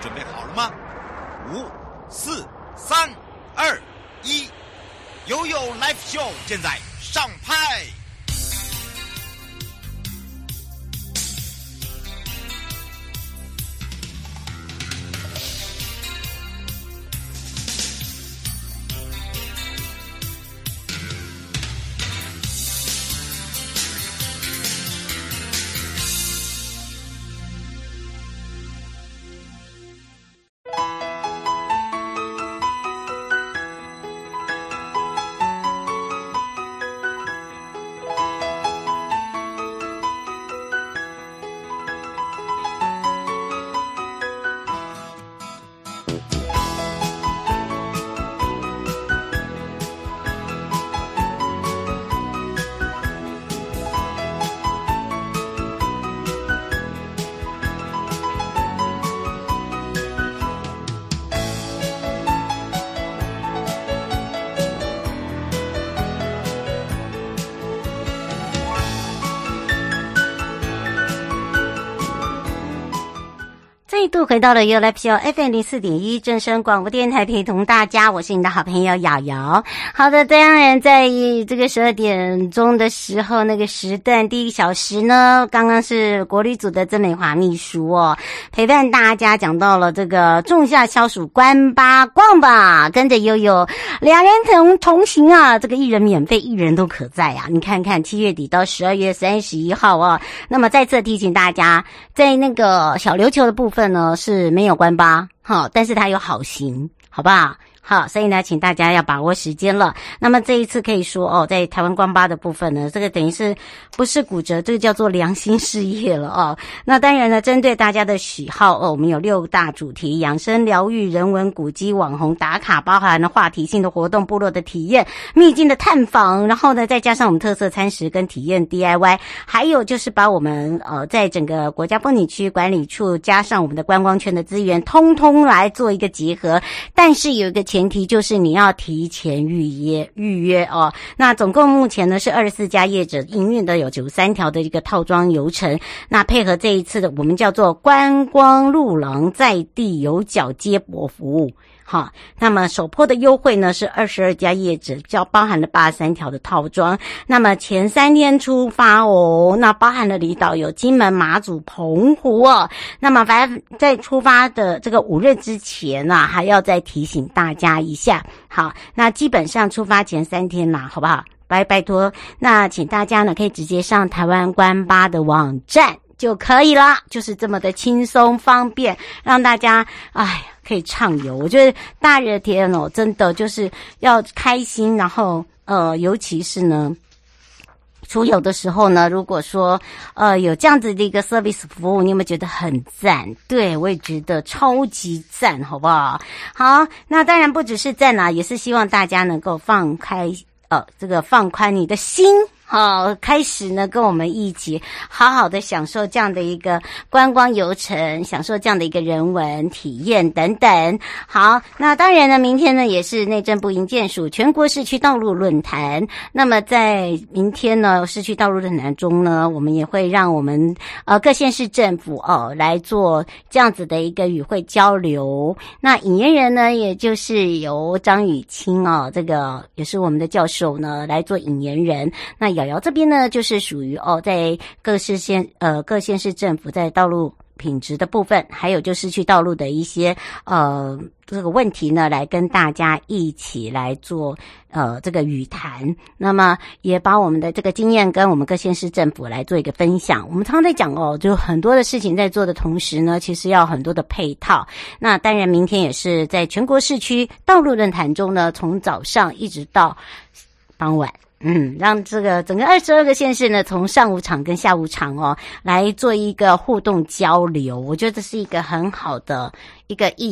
准备好了吗？5、4、3、2、1，悠悠 Live Show 现在上拍。 再度回到了 You Live Show FM 04.1正声广播电台，陪同大家，我是你的好朋友瑶瑶。好的，当然在这个12点钟的时候，那个时段第一小时呢，刚刚是国旅组的曾美华秘书陪伴大家讲到了这个仲夏消暑观吧逛吧，跟着悠悠两人同行啊，这个一人免费，一人都可在啊。你看看7月底到12月31号那么再次提醒大家，在那个小琉球的部分呢是没有关吧，但是它有好行，好不好？好，所以呢，请大家要把握时间了。那么这一次可以说在台湾观吧的部分呢，这个等于是不是骨折，这个叫做良心事业了那当然呢，针对大家的喜好我们有6大主题：养生、疗愈、人文、古迹、网红打卡，包含了话题性的活动、部落的体验、秘境的探访，然后呢，再加上我们特色餐食跟体验 DIY， 还有就是把我们在整个国家风景区管理处加上我们的观光圈的资源，通通来做一个结合。但是有一个前提，就是你要提前预约那总共目前呢是24家业者营运的有93条的一个套装游程，那配合这一次的我们叫做观光路廊在地有脚接驳服务。好，那么首波的优惠呢是22家业者，包含了83条的套装。那么前3天出发那包含了离岛有金门、马祖、澎湖那么反正在出发的这个5日之前还要再提醒大家一下。好，那基本上出发前3天好不好？拜托，那请大家呢可以直接上台湾观吧的网站就可以啦，就是这么的轻松方便，让大家可以畅游。我觉得大热天真的就是要开心，然后尤其是呢出游的时候呢，如果说有这样子的一个 service 服务，你有没有觉得很赞？对，我也觉得超级赞，好不好？好，那当然不只是赞也是希望大家能够放宽你的心。好，开始呢跟我们一起好好的享受这样的一个观光游程，享受这样的一个人文体验等等。好，那当然呢，明天呢也是内政部营建署全国市区道路论坛。那么在明天呢市区道路论坛中呢，我们也会让我们各县市政府来做这样子的一个与会交流。那引言人呢，也就是由张雨清这个也是我们的教授呢来做引言人。那瑶瑶这边呢，就是属于在各县市政府在道路品质的部分，还有就市区道路的一些这个问题呢，来跟大家一起来做这个语谈。那么也把我们的这个经验跟我们各县市政府来做一个分享。我们常常在讲就很多的事情在做的同时呢，其实要很多的配套。那当然明天也是在全国市区道路论坛中呢，从早上一直到傍晚。让这个整个22个县市呢，从上午场跟下午场来做一个互动交流。我觉得这是一个很好的一个议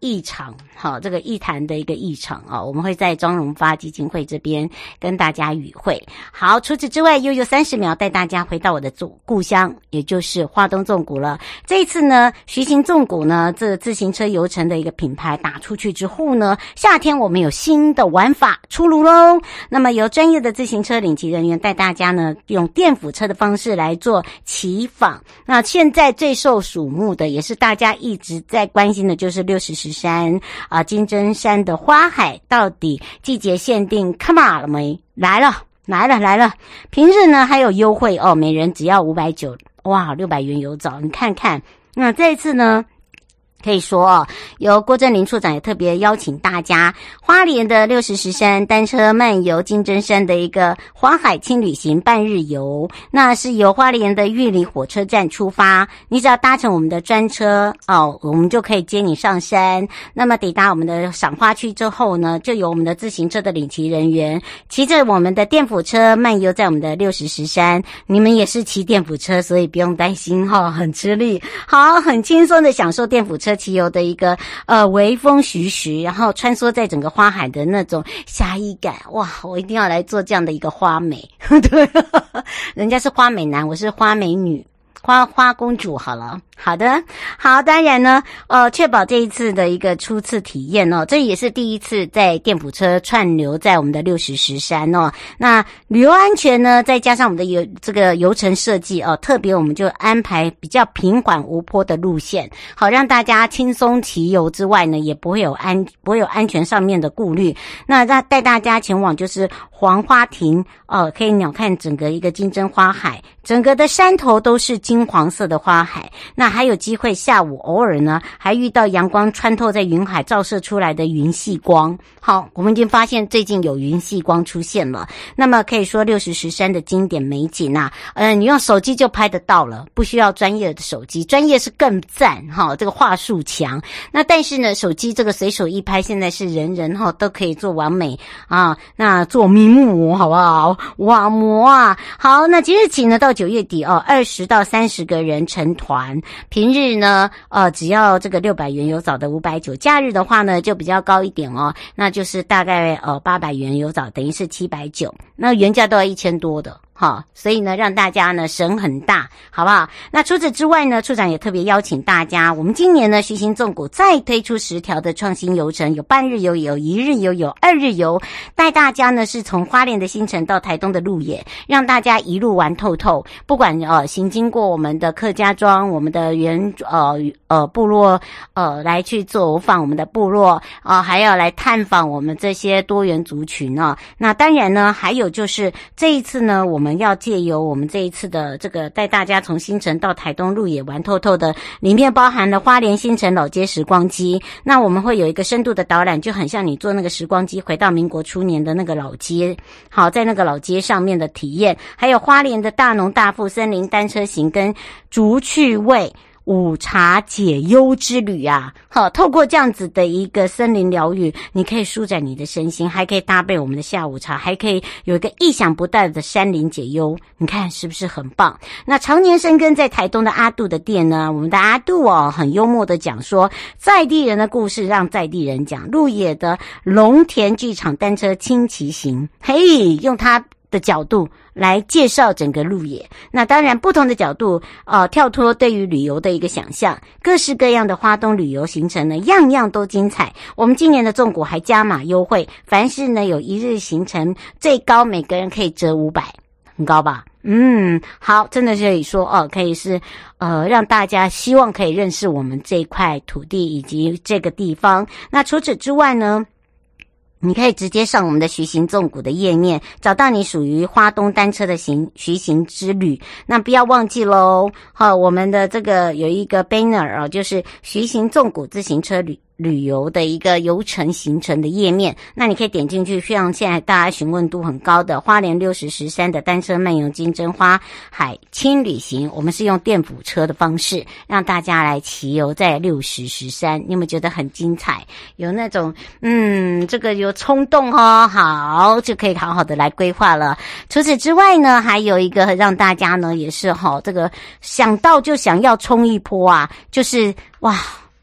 艺场，好，这个艺坛的一个艺场啊，我们会在庄荣发基金会这边跟大家与会。好，除此之外，悠悠30秒带大家回到我的故乡，也就是花东纵谷了。这一次呢，徐行纵谷呢，这自行车游程的一个品牌打出去之后呢，夏天我们有新的玩法出炉咯。那么由专业的自行车领骑人员带大家呢，用电辅车的方式来做骑访。那现在最受瞩目的，也是大家一直在关心的，就是60石山金针山的花海，到底季节限定 come on 了没？来了！平日呢还有优惠哦，每人只要590，哇，600元有找，你看看。那这一次呢，可以说由郭正林处长也特别邀请大家，花莲的60石山单车漫游金针山的一个花海轻旅行半日游，那是由花莲的玉里火车站出发，你只要搭乘我们的专车我们就可以接你上山。那么抵达我们的赏花区之后呢，就有我们的自行车的领骑人员骑着我们的电辅车漫游在我们的60石山。你们也是骑电辅车，所以不用担心很吃力，好，很轻松的享受电辅车骑游的一个微风徐徐，然后穿梭在整个花海的那种侠义感，哇，我一定要来做这样的一个花美对，人家是花美男，我是花美女，花公主好了。好的，好，当然呢，确保这一次的一个初次体验这也是第一次在电辅车串流在我们的60石山那旅游安全呢，再加上我们的这个游程设计特别我们就安排比较平缓无坡的路线，好让大家轻松骑游之外呢，也不会有安全上面的顾虑。那带大家前往就是黄花亭可以鸟瞰整个一个金针花海，整个的山头都是金黄色的花海。那还有机会下午偶尔呢还遇到阳光穿透在云海照射出来的云系光。好，我们已经发现最近有云系光出现了，那么可以说60石山的经典美景你用手机就拍得到了，不需要专业的手机，专业是更赞这个话术强。那但是呢，手机这个随手一拍，现在是人人都可以做完美那做名模好不好？哇模好，那即日起呢到9月底20到30个人成团，平日呢只要这个600元有找的590，假日的话呢就比较高一点那就是大概800元有找，等于是790，那原价都要1000多的所以呢让大家呢省很大，好不好？那除此之外呢，处长也特别邀请大家，我们今年呢徐行纵谷再推出10条的创新游程，有半日游，有1日游，有2日游，带大家呢是从花莲的新城到台东的鹿野，让大家一路玩透透。不管行经过我们的客家庄，我们的原部落来去走访我们的部落还要来探访我们这些多元族群那当然呢还有就是这一次呢，我们要借由我们这一次的这个带大家从新城到台东鹿野玩透透的，里面包含了花莲新城老街时光机。那我们会有一个深度的导览，就很像你坐那个时光机回到民国初年的那个老街，好，在那个老街上面的体验，还有花莲的大农大富森林单车行跟竹趣味午茶解忧之旅好，透过这样子的一个森林疗愈，你可以舒展你的身心，还可以搭配我们的下午茶，还可以有一个意想不到的山林解忧，你看是不是很棒？那常年生根在台东的阿杜的店呢，我们的阿杜很幽默的讲说，在地人的故事让在地人讲，鹿野的龙田剧场单车轻骑行，嘿，用他的角度来介绍整个鹿野。那当然不同的角度跳脱对于旅游的一个想象，各式各样的花东旅游行程呢，样样都精彩。我们今年的纵谷还加码优惠，凡是呢有1日行程，最高每个人可以折500，很高吧？好，真的可以说可以是让大家希望可以认识我们这块土地以及这个地方。那除此之外呢，你可以直接上我们的徐行纵谷的页面，找到你属于花东单车的徐行之旅。那不要忘记咯我们的这个有一个 banner 就是徐行纵谷自行车旅游的一个游程行程的页面，那你可以点进去，像现在大家询问度很高的花莲60石山的单车漫游金针花海轻旅行，我们是用电辅车的方式让大家来骑游在60石山，你有没有觉得很精彩？有那种这个有冲动好，就可以好好的来规划了。除此之外呢，还有一个让大家呢也是这个想到就想要冲一波就是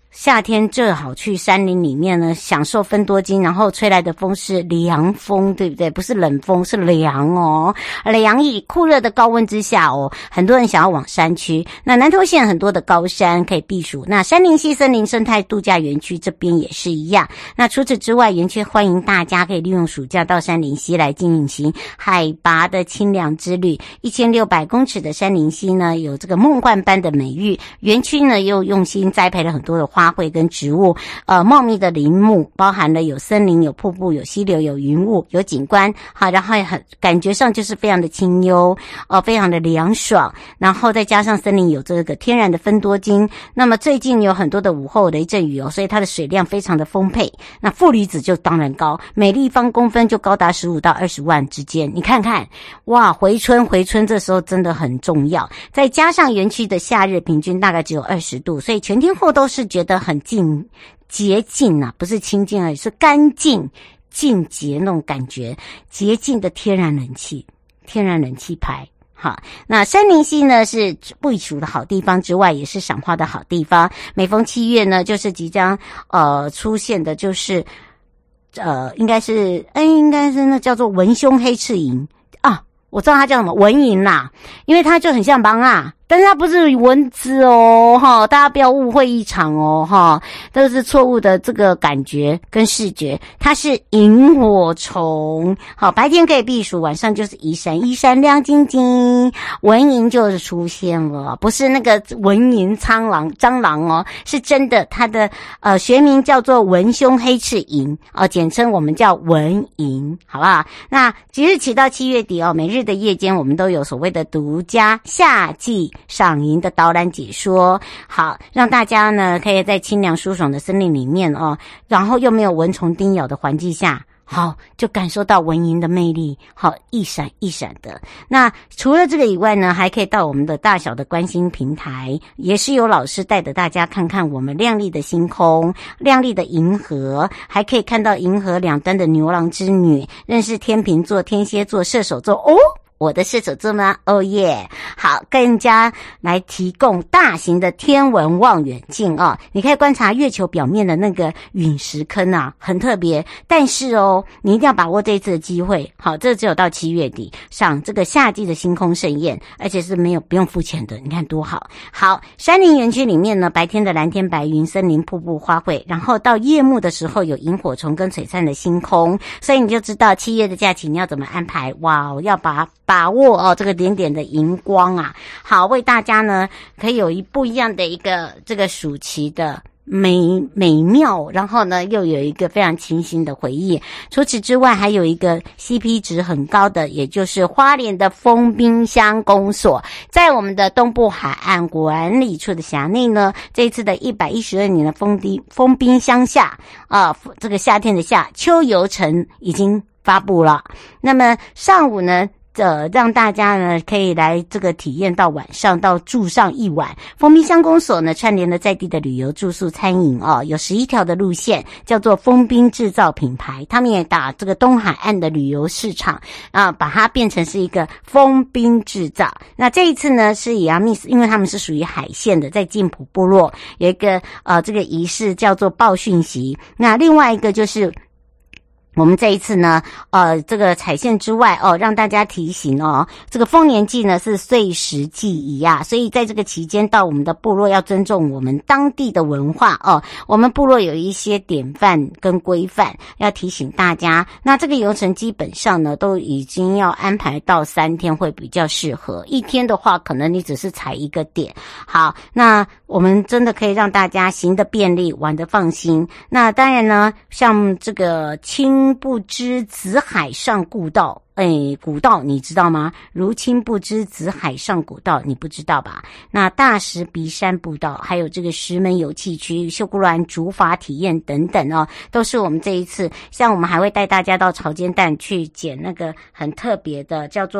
夏天最好去山林里面呢，享受芬多精，然后吹来的风是凉风，对不对？不是冷风，是凉哦。凉意，酷热的高温之下哦，很多人想要往山区。那南投县很多的高山可以避暑，那杉林溪森林生态度假园区这边也是一样。那除此之外，园区欢迎大家可以利用暑假到杉林溪来进行海拔的清凉之旅。1600公尺的杉林溪呢，有这个梦幻般的美誉。园区呢又用心栽培了很多的花卉跟植物，茂密的林木，包含了有森林、有瀑布、有溪流、有云雾、有景观，好，然后很感觉上就是非常的清幽，非常的凉爽，然后再加上森林有这个天然的芬多精，那么最近有很多的午后雷阵雨所以它的水量非常的丰沛，那负离子就当然高，每立方公分就高达15到20万之间，你看看，哇，回春这时候真的很重要，再加上园区的夏日平均大概只有20度，所以全天候都是觉得很洁净啊，不是清净而已，是干净净洁那种感觉，洁净的天然冷气排。好，那杉林溪呢是避暑的好地方之外，也是赏花的好地方。每逢7月呢，就是即将出现的就是应该是那叫做文胸黑翅萤啊，我知道它叫什么蚊蝇啦，因为它就很像芒啊。但是它不是蚊子哦，哈，大家不要误会一场哦，哈，都是错误的这个感觉跟视觉，它是萤火虫。好，白天可以避暑，晚上就是一闪亮晶晶，蚊蝇就是出现了，不是那个蚊蝇蟑螂哦，是真的，它的学名叫做文胸黑翅萤简称我们叫蚊蝇，好不好？那即日起到7月底每日的夜间我们都有所谓的独家夏季赏萤的导览解说，好，让大家呢可以在清凉舒爽的森林里面然后又没有蚊虫叮咬的环境下，好，就感受到蚊蝇的魅力，好，一闪一闪的。那除了这个以外呢，还可以到我们的大小的观星平台，也是有老师带着大家看看我们亮丽的星空，亮丽的银河，还可以看到银河两端的牛郎织女，认识天秤座、天蝎座、射手座我的射手座吗？耶！好，更加来提供大型的天文望远镜你可以观察月球表面的那个陨石坑很特别。但是你一定要把握这一次的机会。好，这只有到7月底赏这个夏季的星空盛宴，而且是不用付钱的，你看多好。好，山林园区里面呢，白天的蓝天白云、森林、瀑布、花卉，然后到夜幕的时候有萤火虫跟璀璨的星空，所以你就知道7月的假期你要怎么安排。哇，要把握这个点点的荧光好，为大家呢可以有不一样的一个这个暑期的美妙，然后呢又有一个非常清新的回忆。除此之外，还有一个 CP 值很高的，也就是花莲的丰滨乡公所，在我们的东部海岸管理处的辖内呢，这一次的112年的丰滨乡夏这个夏天的夏秋游程已经发布了。那么上午呢让大家呢可以来这个体验到晚上，到住上一晚。丰滨乡公所呢串联了在地的旅游、住宿、餐饮有11条的路线，叫做丰滨制造品牌。他们也打这个东海岸的旅游市场把它变成是一个丰滨制造。那这一次呢是以因为他们是属于海线的，在晋埔部落有一个这个仪式叫做报讯息。那另外一个就是我们这一次呢这个踩线之外让大家提醒这个丰年祭呢是岁时祭仪所以在这个期间到我们的部落要尊重我们当地的文化我们部落有一些典范跟规范要提醒大家。那这个游程基本上呢都已经要安排到3天会比较适合，一天的话可能你只是踩一个点。好，那我们真的可以让大家行得便利，玩得放心。那当然呢，像这个青不知紫海上古道，古道你知道吗？如青不知紫海上古道，你不知道吧？那大石鼻山步道，还有这个石门游憩区、秀姑峦竹筏体验等等都是我们这一次。像我们还会带大家到潮间蛋去捡那个很特别的叫做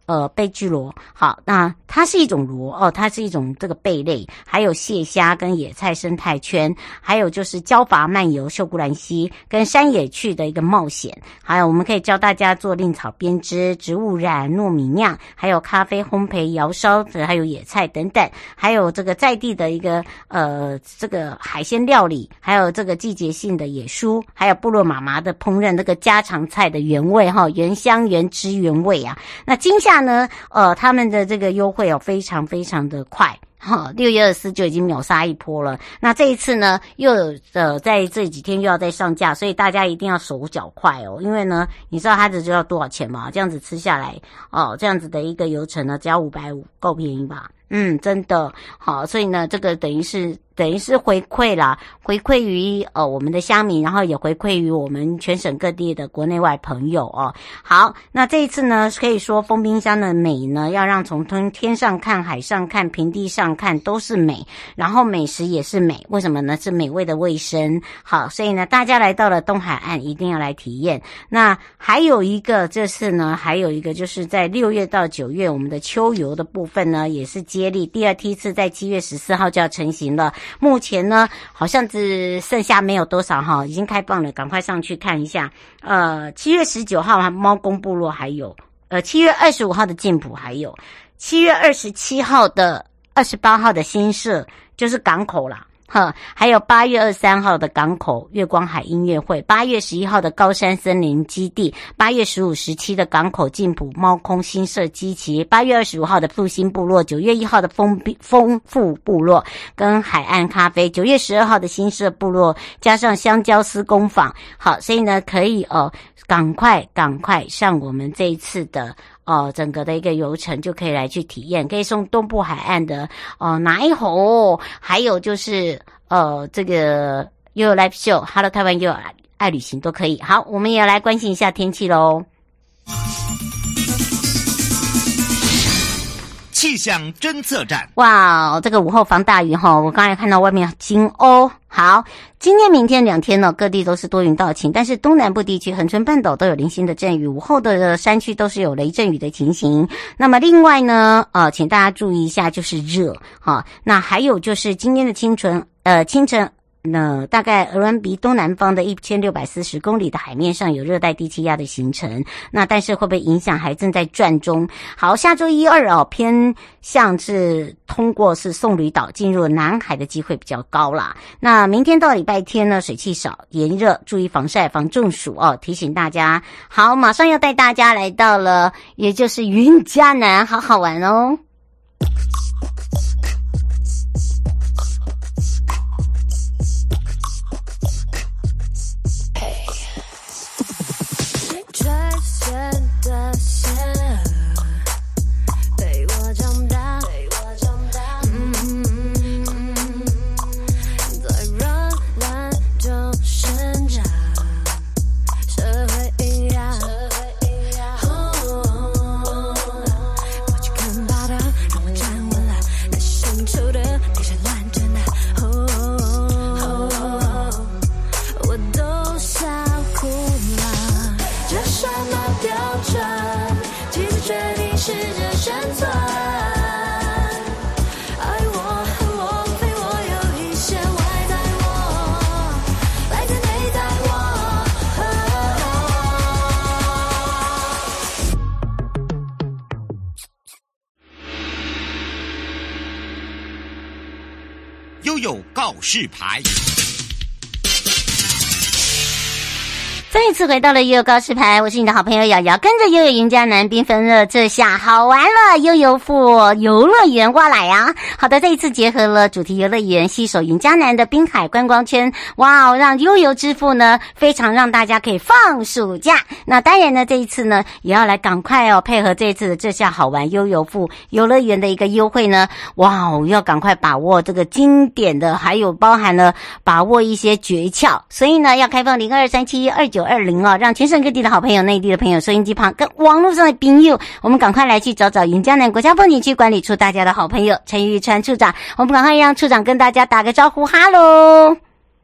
贝巨螺，好，那它是一种螺哦，它是一种这个贝类，还有蟹虾跟野菜生态圈，还有就是椒伐漫游秀姑兰溪跟山野去的一个冒险，还有我们可以教大家做令草编织、植物染、糯米酿，还有咖啡烘焙、窑烧，还有野菜等等，还有这个在地的一个这个海鲜料理，还有这个季节性的野蔬，还有部落妈妈的烹饪这个家常菜的原味哈，原香原汁原味啊。那今夏呢，他们的这个优惠非常非常的快。好，6月24就已经秒杀一波了。那这一次呢，又有在这几天又要再上架，所以大家一定要手脚快哦。因为呢，你知道它这就要多少钱吗？这样子吃下来这样子的一个游程呢，只要550，够便宜吧？真的好，所以呢，这个等于是回馈啦，回馈于我们的乡民，然后也回馈于我们全省各地的国内外朋友哦。好，那这一次呢，可以说丰滨乡的美呢，要让从天上看、海上看、平地上看都是美，然后美食也是美，为什么呢？是美味的卫生。好，所以呢，大家来到了东海岸一定要来体验。那还有一个这次呢，还有一个就是在6月到9月，我们的秋游的部分呢，也是接力第二梯次，在7月14号就要成型了。目前呢，好像只剩下没有多少哈，已经开放了，赶快上去看一下。7月19号猫公部落还有，7月25号的进埔还有，7月27号的28号的新社就是港口啦。还有8月23号的港口月光海音乐会，8月11号的高山森林基地，8月15、17的港口进埔猫空新社基期，8月25号的复兴部落，9月1号的丰富部落跟海岸咖啡，9月12号的新社部落加上香蕉丝工坊。好，所以呢可以赶快上我们这一次的整个的一个游程就可以来去体验，可以送东部海岸的哪一猴，还有就是这个悠悠 Live Show、Hello 台湾悠悠爱旅行都可以。好，我们也来关心一下天气咯。 气象侦测站， 哇，这个午后防大雨哈，我刚才看到外面金欧。好，今天明天2天呢，各地都是多云到晴，但是东南部地区恒春半岛都有零星的阵雨，午后的山区都是有雷阵雨的情形。那么另外呢，请大家注意一下，就是热哈。那还有就是今天的清晨那大概鹅銮鼻东南方的1640公里的海面上有热带低气压的形成，那但是会不会影响还正在转中。好，下周1、2偏向是通过是送旅岛进入南海的机会比较高啦。那明天到礼拜天呢，水汽少炎热，注意防晒防中暑提醒大家。好，马上要带大家来到了也就是云嘉南，好好玩哦。 悠悠告示牌。 再一次回到了悠悠告示牌，我是你的好朋友瑶瑶，跟着悠悠云嘉南缤纷热这下好玩了，悠悠富游乐园qua来啊！好的，这一次结合了主题游乐园，携手云嘉南的滨海观光圈，哇，让悠悠之父呢非常让大家可以放暑假。那当然呢，这一次呢也要来赶快配合这一次的这下好玩悠悠富游乐园的一个优惠呢，哇，要赶快把握这个经典的，还有包含了把握一些诀窍，所以呢要开放02372920让全省各地的好朋友、内地的朋友、收音机旁跟网络上的朋友，我们赶快来去找找云嘉南国家风景区管理处大家的好朋友陈玉川处长，我们赶快让处长跟大家打个招呼，哈喽。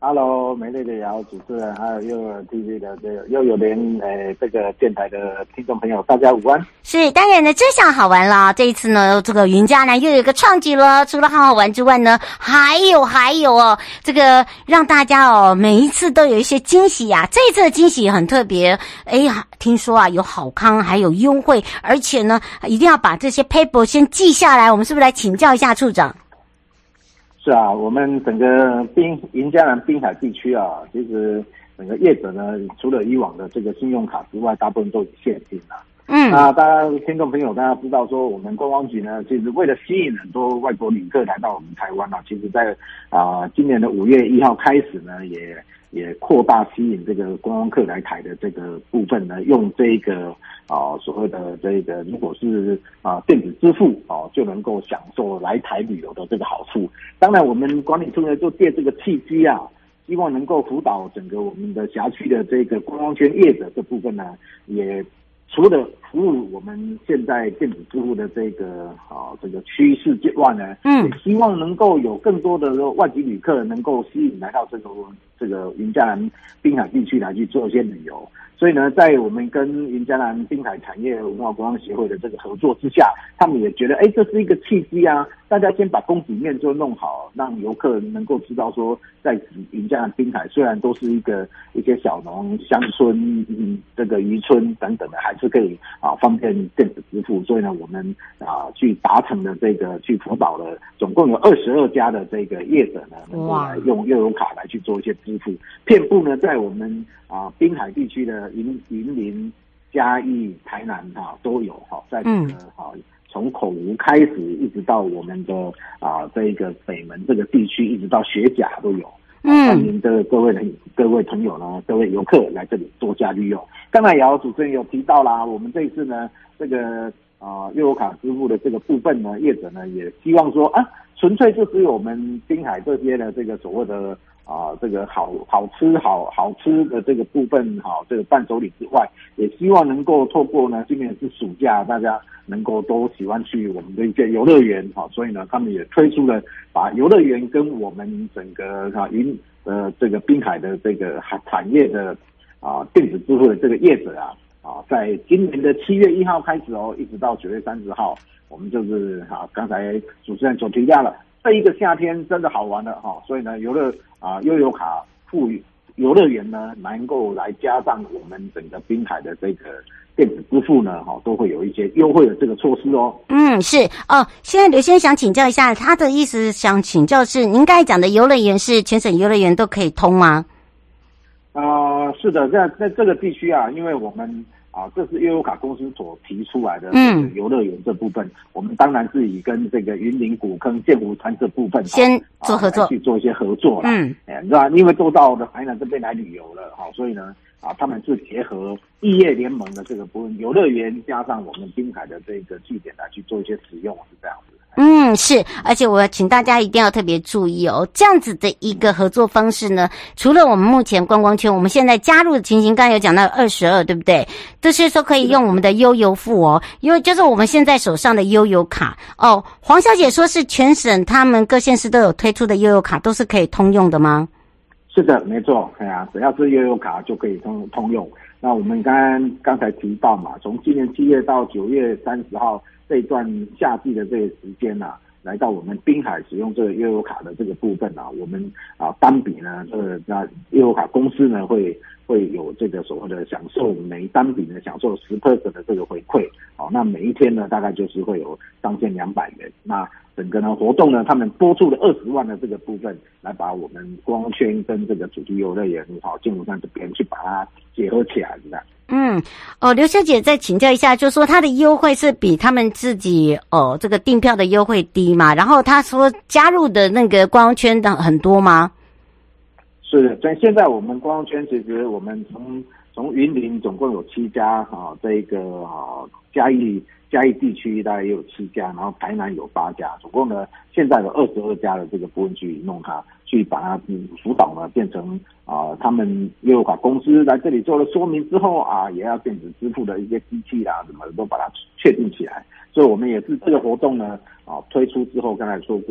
Hello，美丽的瑶主持人，还有悠悠 TV 的悠悠联这个电台的听众朋友，大家午安。 是，当然呢，真想好玩了。这一次呢，这个云嘉南又有一个创举了。除了好好玩之外呢，还有哦，这个让大家哦，每一次都有一些惊喜呀。这一次的惊喜很特别，听说啊有好康，还有优惠，而且呢，一定要把这些 paper 先记下来。我们是不是来请教一下处长？ 是啊，我们整个云嘉南滨海地区啊，其实整个业者呢，除了以往的这个信用卡之外，大部分都有现金啊。那大家听众朋友，大家知道说，我们观光局呢，其实为了吸引很多外国旅客来到我们台湾啊，其实在今年的5月1号开始呢，也扩大吸引这个观光客来台的这个部分呢，用这个所谓的这个，如果是电子支付就能够享受来台旅游的这个好处。当然，我们管理处呢就借这个契机啊，希望能够辅导整个我们的辖区的这个观光圈业者这部分呢，也除了服务我们现在电子支付的这个趋势之外呢，也希望能够有更多的外籍旅客能够吸引来到这个云嘉南滨海地区来去做一些旅游。所以呢，在我们跟云嘉南滨海产业文化观光协会的这个合作之下，他们也觉得，这是一个契机啊！大家先把供给面就弄好，让游客能够知道说，在云嘉南滨海虽然都是一些小农乡村、这个渔村等等的，还是可以方便电子支付。所以呢，我们去达成了这个，去辅导了，总共有22家的这个业者呢，能够来用悠游卡来去做一些支付，遍布呢在我们滨海地区的云林、嘉义、台南都有在这个从口湖开始，一直到我们的这个北门这个地区，一直到学甲都有。欢迎的各位朋友呢，各位游客来这里多加利用。刚才主持人有提到啦，我们这一次呢，这个悠游卡支付的这个部分呢，业者呢也希望说纯粹就只有我们滨海这些的这个所谓的这个好吃的这个部分这个伴手礼之外，也希望能够透过呢，今年是暑假，大家能够都喜欢去我们的一些游乐园所以呢，他们也推出了把游乐园跟我们整个这个滨海的这个产业的电子支付的这个业者在今年的7月1号开始一直到9月30号，我们就是刚才主持人所提到了。这一个夏天真的好玩了所以呢，悠游卡付游乐园呢，能够来加上我们整个滨海的这个电子支付呢，都会有一些优惠的这个措施哦。 是现在刘先生想请教一下，他的意思想请教是，您刚才讲的游乐园是全省游乐园都可以通吗？ 是的，在这个地区因为我们这是悠游卡公司所提出来的游乐园这部分，我们当然是以跟这个云林古坑剑湖山这部分先做合作， 去做一些合作啦。你知道，因为都到了台南这边来旅游了所以呢他们是结合异业联盟的这个部分，游乐园加上我们滨海的这个据点来去做一些使用，是这样子。 是，而且我请大家一定要特别注意这样子的一个合作方式呢，除了我们目前观光圈，我们现在加入的情形，刚才有讲到22，对不对？就是说可以用我们的悠游付因为就是我们现在手上的悠游卡黄小姐说是全省他们各县市都有推出的悠游卡，都是可以通用的吗？ 是的，没错，只要是悠游卡就可以通用。那我们刚才提到嘛，从今年7月到9月30号这一段夏季的这个时间来到我们滨海使用这个悠游卡的这个部分我们单笔呢，悠游卡公司呢会有这个所谓的享受，每单笔呢享受10% 的这个回馈那每一天呢大概就是会有上限200元。那整个呢活动呢，他们拨出了20万的这个部分，来把我们观光圈跟这个主题游乐园剑湖山这边去把它结合起来的。 刘小姐再请教一下，就说她的优惠是比他们自己这个订票的优惠低嘛？然后她说加入的那个观光圈的很多吗？ 是的，在现在我们观光圈，其实我们从云林总共有7家这个嘉义地区大概也有7家，然后台南有8家，总共呢现在有22家的这个部分去弄它，去把它辅导呢变成他们悠游卡公司来这里做了说明之后也要电子支付的一些机器啦什么的都把它确定起来。所以我们也是这个活动呢推出之后，刚才说过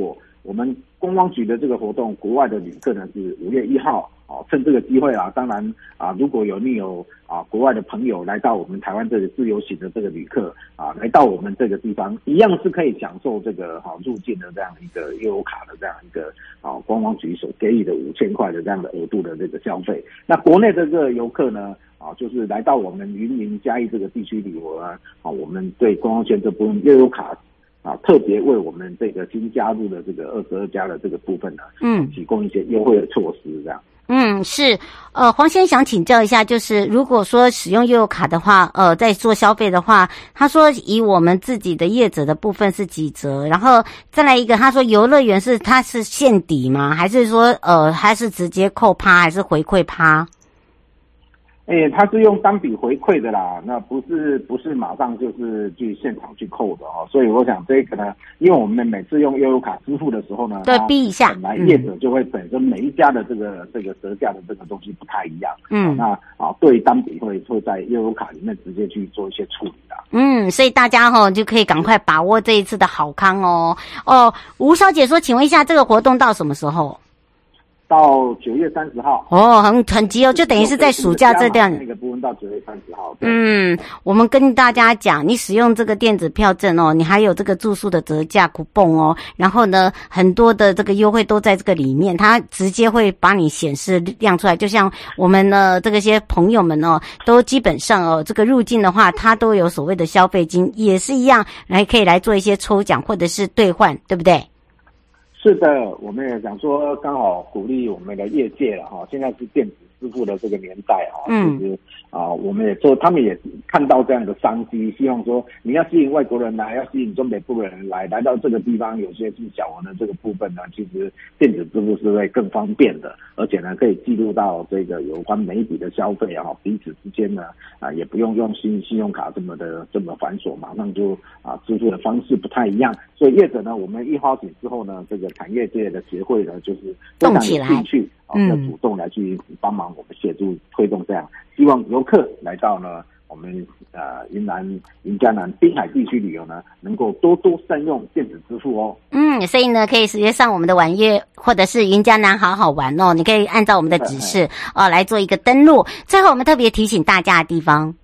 我们观光局的这个活动，国外的旅客呢是5月1号，趁这个机会当然如果你有国外的朋友来到我们台湾这个自由行的这个旅客来到我们这个地方，一样是可以享受这个入境的这样一个悠游卡的这样一个观光局所给予的5000块的这样的额度的这个消费。那国内的这个游客呢就是来到我们云林嘉义这个地区旅游呢我们对观光圈这部分悠游卡特别为我们这个新加入的这个22家的这个部分呢提供一些优惠的措施这样。 是，黄先生想请教一下，就是如果说使用悠游卡的话，在做消费的话，他说以我们自己的业者的部分是几折，然后再来一个，他说游乐园它是现抵吗？还是说还是直接扣趴，还是回馈趴？ 它是用单笔回馈的啦，那不是马上就是去现场去扣的所以我想这个呢，因为我们每次用悠游卡支付的时候呢， 对，逼一下， 本来业者就会本身每一家的这个折价的这个东西不太一样，那对单笔会在悠游卡里面直接去做一些处理啦。 所以大家就可以赶快把握这一次的好康吴小姐说，请问一下这个活动到什么时候？ 到9月30号很急就等于是在暑假这段那个部分到9月30号。 我们跟大家讲，你使用这个电子票证你还有这个住宿的折价coupon然后呢，很多的这个优惠都在这个里面，它直接会把你显示亮出来。就像我们呢这个些朋友们都基本上这个入境的话，它都有所谓的消费金，也是一样可以来做一些抽奖或者是兑换，对不对？ 是的，我们也想说，刚好鼓励我们的业界了现在是电子支付的这个年代其实我们也说，他们也看到这样的商机，希望说你要吸引外国人来，要吸引中北部的人来到这个地方，有些是小额的这个部分呢，其实电子支付是会更方便的，而且呢可以记录到这个有关每一笔的消费彼此之间呢也不用用信用卡这么繁琐，马上就支付的方式不太一样，所以业者呢，我们一发行之后呢，这个产业界的协会呢，就是非常有兴趣要主动来去帮忙我们协助推动这样，希望游客来到呢我们云嘉南滨海地区旅游呢，能够多多善用电子支付所以呢可以直接上我们的网页或者是云嘉南好好玩你可以按照我们的指示来做一个登录。最后我们特别提醒大家的地方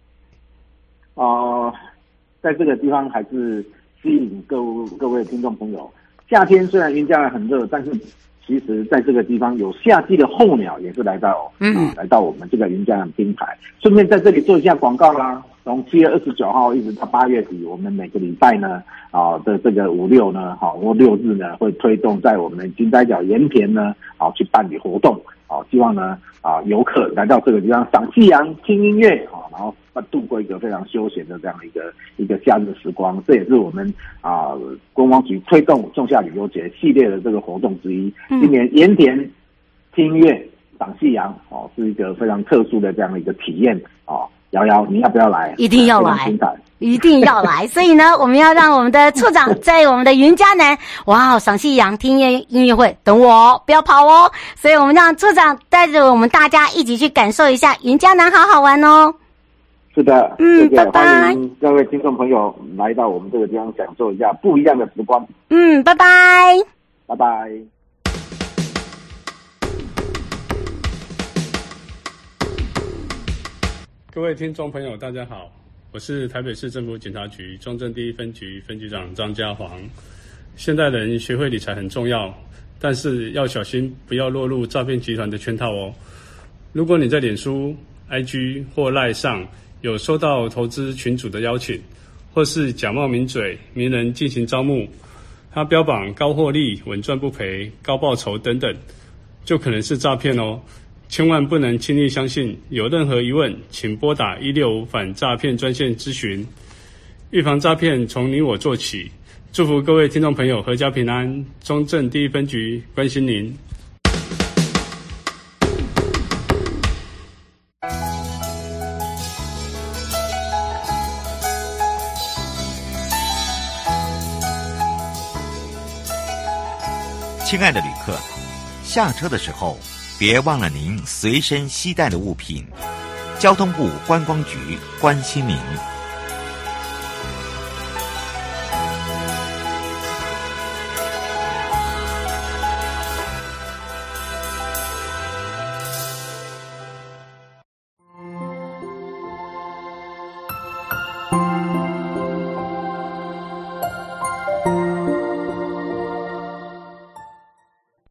在这个地方还是吸引各位听众朋友，夏天虽然云嘉南很热，但是其实在这个地方有夏季的候鸟也是来到我们这个云嘉南滨海。顺便在这里做一下广告啦，从7月29号一直到8月底，我们每个礼拜呢的这个5、6呢或6日呢会推动在我们金仔角盐田呢去办理活动希望呢游客来到这个地方赏夕阳、听音乐然后度过一个非常休闲的这样一个假日时光。这也是我们观光局推动仲夏旅游节系列的这个活动之一。今年盐田听音乐、赏夕阳是一个非常特殊的这样的一个体验瑶瑶，你要不要来？ 一定要来，一定要来。所以呢，我们要让我们的处长在我们的云嘉南，赏夕阳、听音乐会，等我不要跑所以我们让处长带着我们大家一起去感受一下云嘉南好好玩是的， 拜拜。 欢迎各位听众朋友来到我们这个地方，享受一下不一样的时光。 拜拜， 拜拜。 各位听众朋友，大家好，我是台北市政府警察局中正第1分局分局长张家煌。现代人学会理财很重要，但是要小心，不要落入诈骗集团的圈套如果你在脸书、IG 或 LINE 上有收到投资群组的邀请，或是假冒名嘴、名人进行招募，他标榜高获利、稳赚不赔、高报酬等等，就可能是诈骗千万不能轻易相信，有任何疑问请拨打165反诈骗专线咨询。预防诈骗从你我做起，祝福各位听众朋友阖家平安。中正第1分局关心您。 亲爱的旅客，下车的时候别忘了您随身携带的物品。交通部观光局关心您。